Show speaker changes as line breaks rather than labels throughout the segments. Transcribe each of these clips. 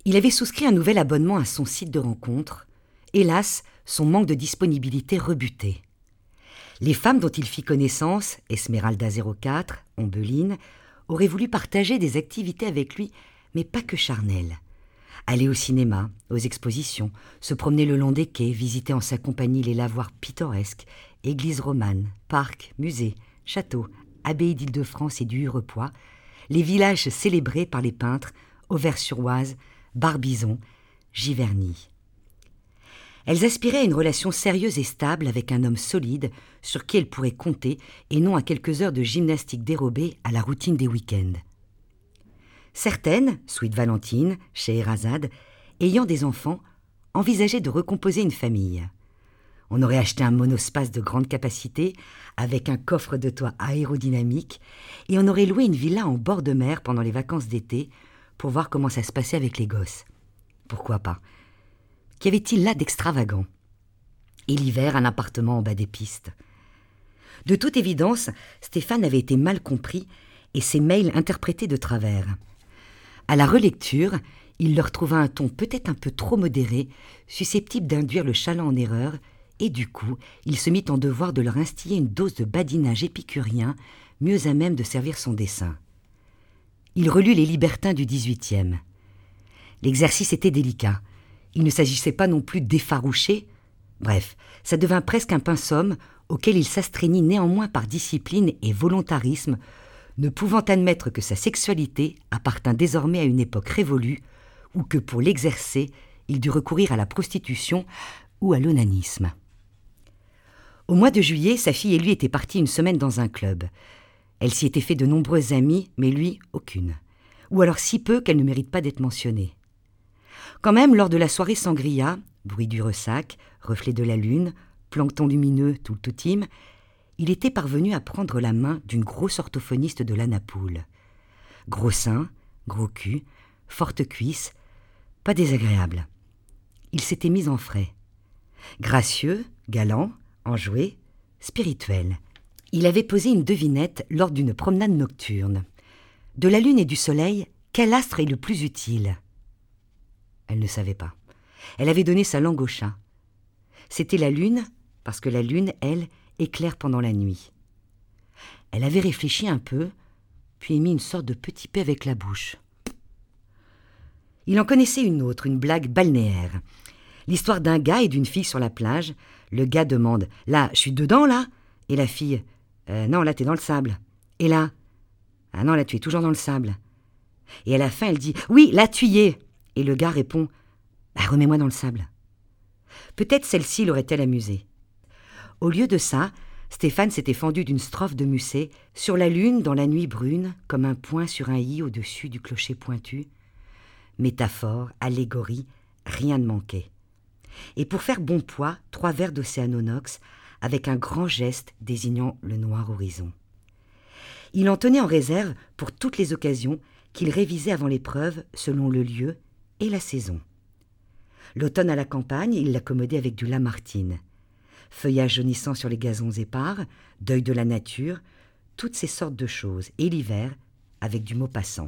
Il avait souscrit un nouvel abonnement à son site de rencontre. Hélas, son manque de disponibilité rebutait. Les femmes dont il fit connaissance, Esmeralda 04, Ombeline, auraient voulu partager des activités avec lui, mais pas que charnelles. Aller au cinéma, aux expositions, se promener le long des quais, visiter en sa compagnie les lavoirs pittoresques, églises romanes, parcs, musées, châteaux, abbayes d'Île-de-France et du Hurepoix, les villages célébrés par les peintres, Auvers-sur-Oise, Barbizon, Giverny. Elles aspiraient à une relation sérieuse et stable avec un homme solide sur qui elles pourraient compter et non à quelques heures de gymnastique dérobée à la routine des week-ends. Certaines, Sweet Valentine, Scheherazade, ayant des enfants, envisageaient de recomposer une famille. On aurait acheté un monospace de grande capacité avec un coffre de toit aérodynamique et on aurait loué une villa en bord de mer pendant les vacances d'été pour voir comment ça se passait avec les gosses. Pourquoi pas? Qu'y avait-il là d'extravagant? Et l'hiver, un appartement en bas des pistes. De toute évidence, Stéphane avait été mal compris et ses mails interprétés de travers. À la relecture, il leur trouva un ton peut-être un peu trop modéré, susceptible d'induire le chaland en erreur, et du coup, il se mit en devoir de leur instiller une dose de badinage épicurien, mieux à même de servir son dessein. Il relut les libertins du XVIIIe. L'exercice était délicat. Il ne s'agissait pas non plus d'effaroucher. Bref, ça devint presque un pinsomme auquel il s'astreignit néanmoins par discipline et volontarisme, ne pouvant admettre que sa sexualité appartint désormais à une époque révolue ou que pour l'exercer, il dut recourir à la prostitution ou à l'onanisme. Au mois de juillet, sa fille et lui étaient partis une semaine dans un club. Elle s'y était fait de nombreuses amies, mais lui, aucune. Ou alors si peu qu'elle ne mérite pas d'être mentionnée. Quand même, lors de la soirée sangria, bruit du ressac, reflet de la lune, plancton lumineux, tout le toutime, il était parvenu à prendre la main d'une grosse orthophoniste de la Napoule. Gros sein, gros cul, forte cuisse, pas désagréable. Il s'était mis en frais. Gracieux, galant, enjoué, spirituel. Il avait posé une devinette lors d'une promenade nocturne. De la lune et du soleil, quel astre est le plus utile? Elle ne savait pas. Elle avait donné sa langue au chat. C'était la lune, parce que la lune, elle, éclaire pendant la nuit. Elle avait réfléchi un peu, puis émis une sorte de petit P avec la bouche. Il en connaissait une autre, une blague balnéaire. L'histoire d'un gars et d'une fille sur la plage. Le gars demande « Là, je suis dedans, là ?» Et la fille « Non, là, t'es dans le sable. » Et là « Ah non, là, tu es toujours dans le sable. » Et à la fin, elle dit « Oui, là, tu y es. » Et le gars répond « Remets-moi dans le sable. » Peut-être celle-ci l'aurait-elle amusé. Au lieu de ça, Stéphane s'était fendu d'une strophe de Musset sur la lune dans la nuit brune, comme un point sur un i au-dessus du clocher pointu. Métaphore, allégorie, rien ne manquait. Et pour faire bon poids, 3 verres d'océanonox avec un grand geste désignant le noir horizon. Il en tenait en réserve pour toutes les occasions qu'il révisait avant l'épreuve selon le lieu et la saison. L'automne à la campagne, il l'accommodait avec du Lamartine. Feuillage jaunissant sur les gazons épars, deuil de la nature, toutes ces sortes de choses. Et l'hiver, avec du Maupassant.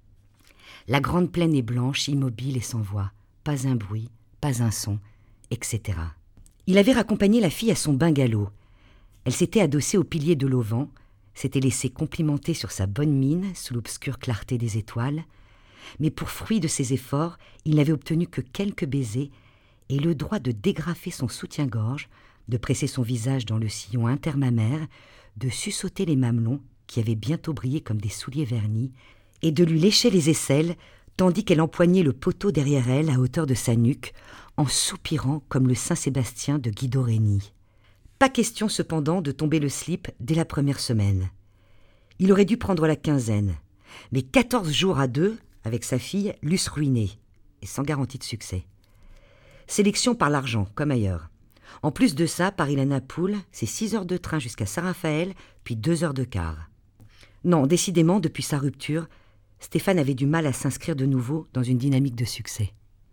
La grande plaine est blanche, immobile et sans voix. Pas un bruit, pas un son, etc. Il avait raccompagné la fille à son bungalow. Elle s'était adossée au pilier de l'auvent, s'était laissée complimenter sur sa bonne mine sous l'obscure clarté des étoiles, mais pour fruit de ses efforts, il n'avait obtenu que quelques baisers et le droit de dégrafer son soutien-gorge, de presser son visage dans le sillon intermammaire, de sussauter les mamelons qui avaient bientôt brillé comme des souliers vernis, et de lui lécher les aisselles, tandis qu'elle empoignait le poteau derrière elle à hauteur de sa nuque, en soupirant comme le Saint-Sébastien de Guido Reni. Pas question cependant de tomber le slip dès la première semaine. Il aurait dû prendre la quinzaine, mais 14 jours à 2, avec sa fille, l'eussent ruiné, et sans garantie de succès. Sélection par l'argent, comme ailleurs. En plus de ça, Paris-La Napoule, c'est 6 heures de train jusqu'à Saint-Raphaël, puis 2 heures de car. Non, décidément, depuis sa rupture, Stéphane avait du mal à s'inscrire de nouveau dans une dynamique de succès.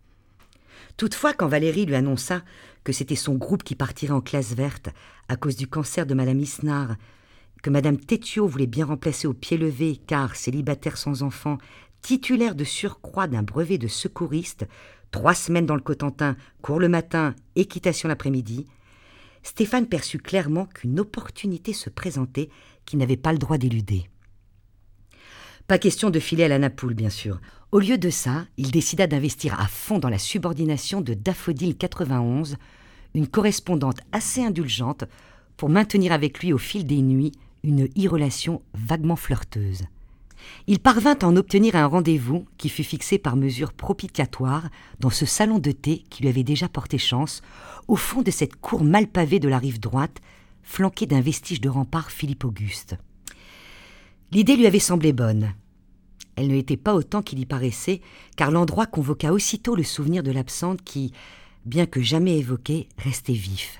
Toutefois, quand Valérie lui annonça que c'était son groupe qui partirait en classe verte à cause du cancer de Madame Isnard, que Madame Tétiot voulait bien remplacer au pied levé car, célibataire sans enfant, titulaire de surcroît d'un brevet de secouriste, 3 semaines dans le Cotentin, cours le matin, équitation l'après-midi, Stéphane perçut clairement qu'une opportunité se présentait qu'il n'avait pas le droit d'éluder. Pas question de filer à la napoule, bien sûr. Au lieu de ça, il décida d'investir à fond dans la subordination de Daffodil 91, une correspondante assez indulgente, pour maintenir avec lui au fil des nuits une irrelation vaguement flirteuse. Il parvint à en obtenir un rendez-vous qui fut fixé par mesure propitiatoire dans ce salon de thé qui lui avait déjà porté chance, au fond de cette cour mal pavée de la rive droite, flanquée d'un vestige de rempart Philippe-Auguste. L'idée lui avait semblé bonne. Elle ne l'était pas autant qu'il y paraissait, car l'endroit convoqua aussitôt le souvenir de l'absente qui, bien que jamais évoqué, restait vif.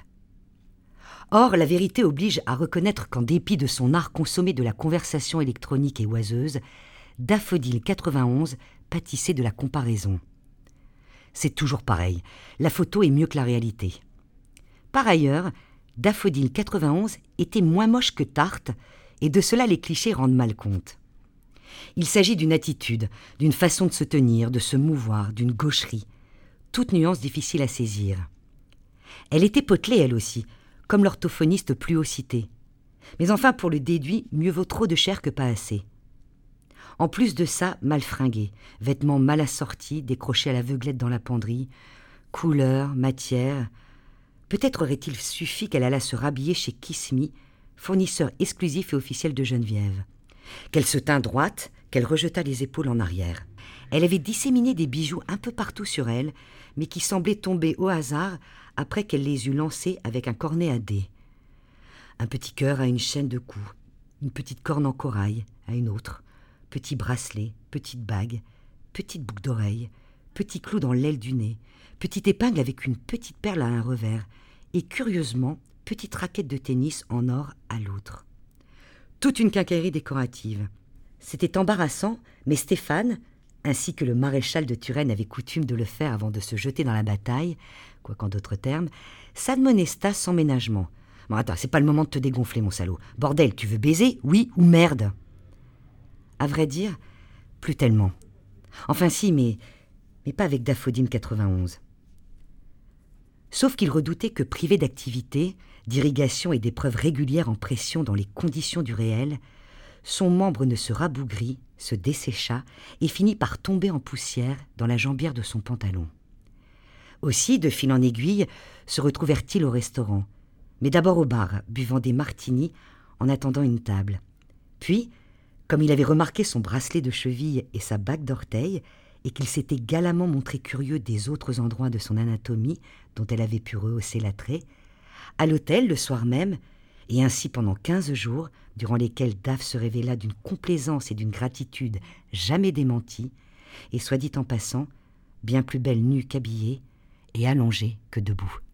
Or, la vérité oblige à reconnaître qu'en dépit de son art consommé de la conversation électronique et oiseuse, Daffodil 91 pâtissait de la comparaison. C'est toujours pareil, la photo est mieux que la réalité. Par ailleurs, Daffodil 91 était moins moche que Tarte, et de cela les clichés rendent mal compte. Il s'agit d'une attitude, d'une façon de se tenir, de se mouvoir, d'une gaucherie, toute nuance difficile à saisir. Elle était potelée, elle aussi, comme l'orthophoniste plus haut cité. Mais enfin, pour le déduit, mieux vaut trop de chair que pas assez. En plus de ça, mal fringué, vêtements mal assortis, décrochés à l'aveuglette dans la penderie, couleur, matière. Peut-être aurait-il suffi qu'elle allât se rhabiller chez Kiss Me, fournisseur exclusif et officiel de Geneviève. Qu'elle se tint droite, qu'elle rejeta les épaules en arrière. Elle avait disséminé des bijoux un peu partout sur elle, mais qui semblaient tomber au hasard après qu'elle les eut lancés avec un cornet à dés. Un petit cœur à une chaîne de cou, une petite corne en corail à une autre, petit bracelet, petite bague, petite boucle d'oreille, petit clou dans l'aile du nez, petite épingle avec une petite perle à un revers, et curieusement, petite raquette de tennis en or à l'autre. Toute une quincaillerie décorative. C'était embarrassant, mais Stéphane, ainsi que le maréchal de Turenne avait coutume de le faire avant de se jeter dans la bataille, quoiqu'en d'autres termes, s'admonesta sans ménagement. « Bon, attends, c'est pas le moment de te dégonfler, mon salaud. Bordel, tu veux baiser, oui ou merde ?» À vrai dire, plus tellement. Enfin si, mais pas avec Daffodil 91. Sauf qu'il redoutait que, privé d'activité, d'irrigation et d'épreuves régulières en pression dans les conditions du réel, son membre ne se rabougrit, se dessécha et finit par tomber en poussière dans la jambière de son pantalon. Aussi, de fil en aiguille, se retrouvèrent-ils au restaurant, mais d'abord au bar, buvant des martinis en attendant une table. Puis, comme il avait remarqué son bracelet de cheville et sa bague d'orteil, et qu'il s'était galamment montré curieux des autres endroits de son anatomie dont elle avait pu rehausser l'attrait, à l'hôtel le soir même, et ainsi pendant 15 jours, durant lesquels Daph se révéla d'une complaisance et d'une gratitude jamais démenties, et soit dit en passant, bien plus belle nue qu'habillée, et allongée que debout.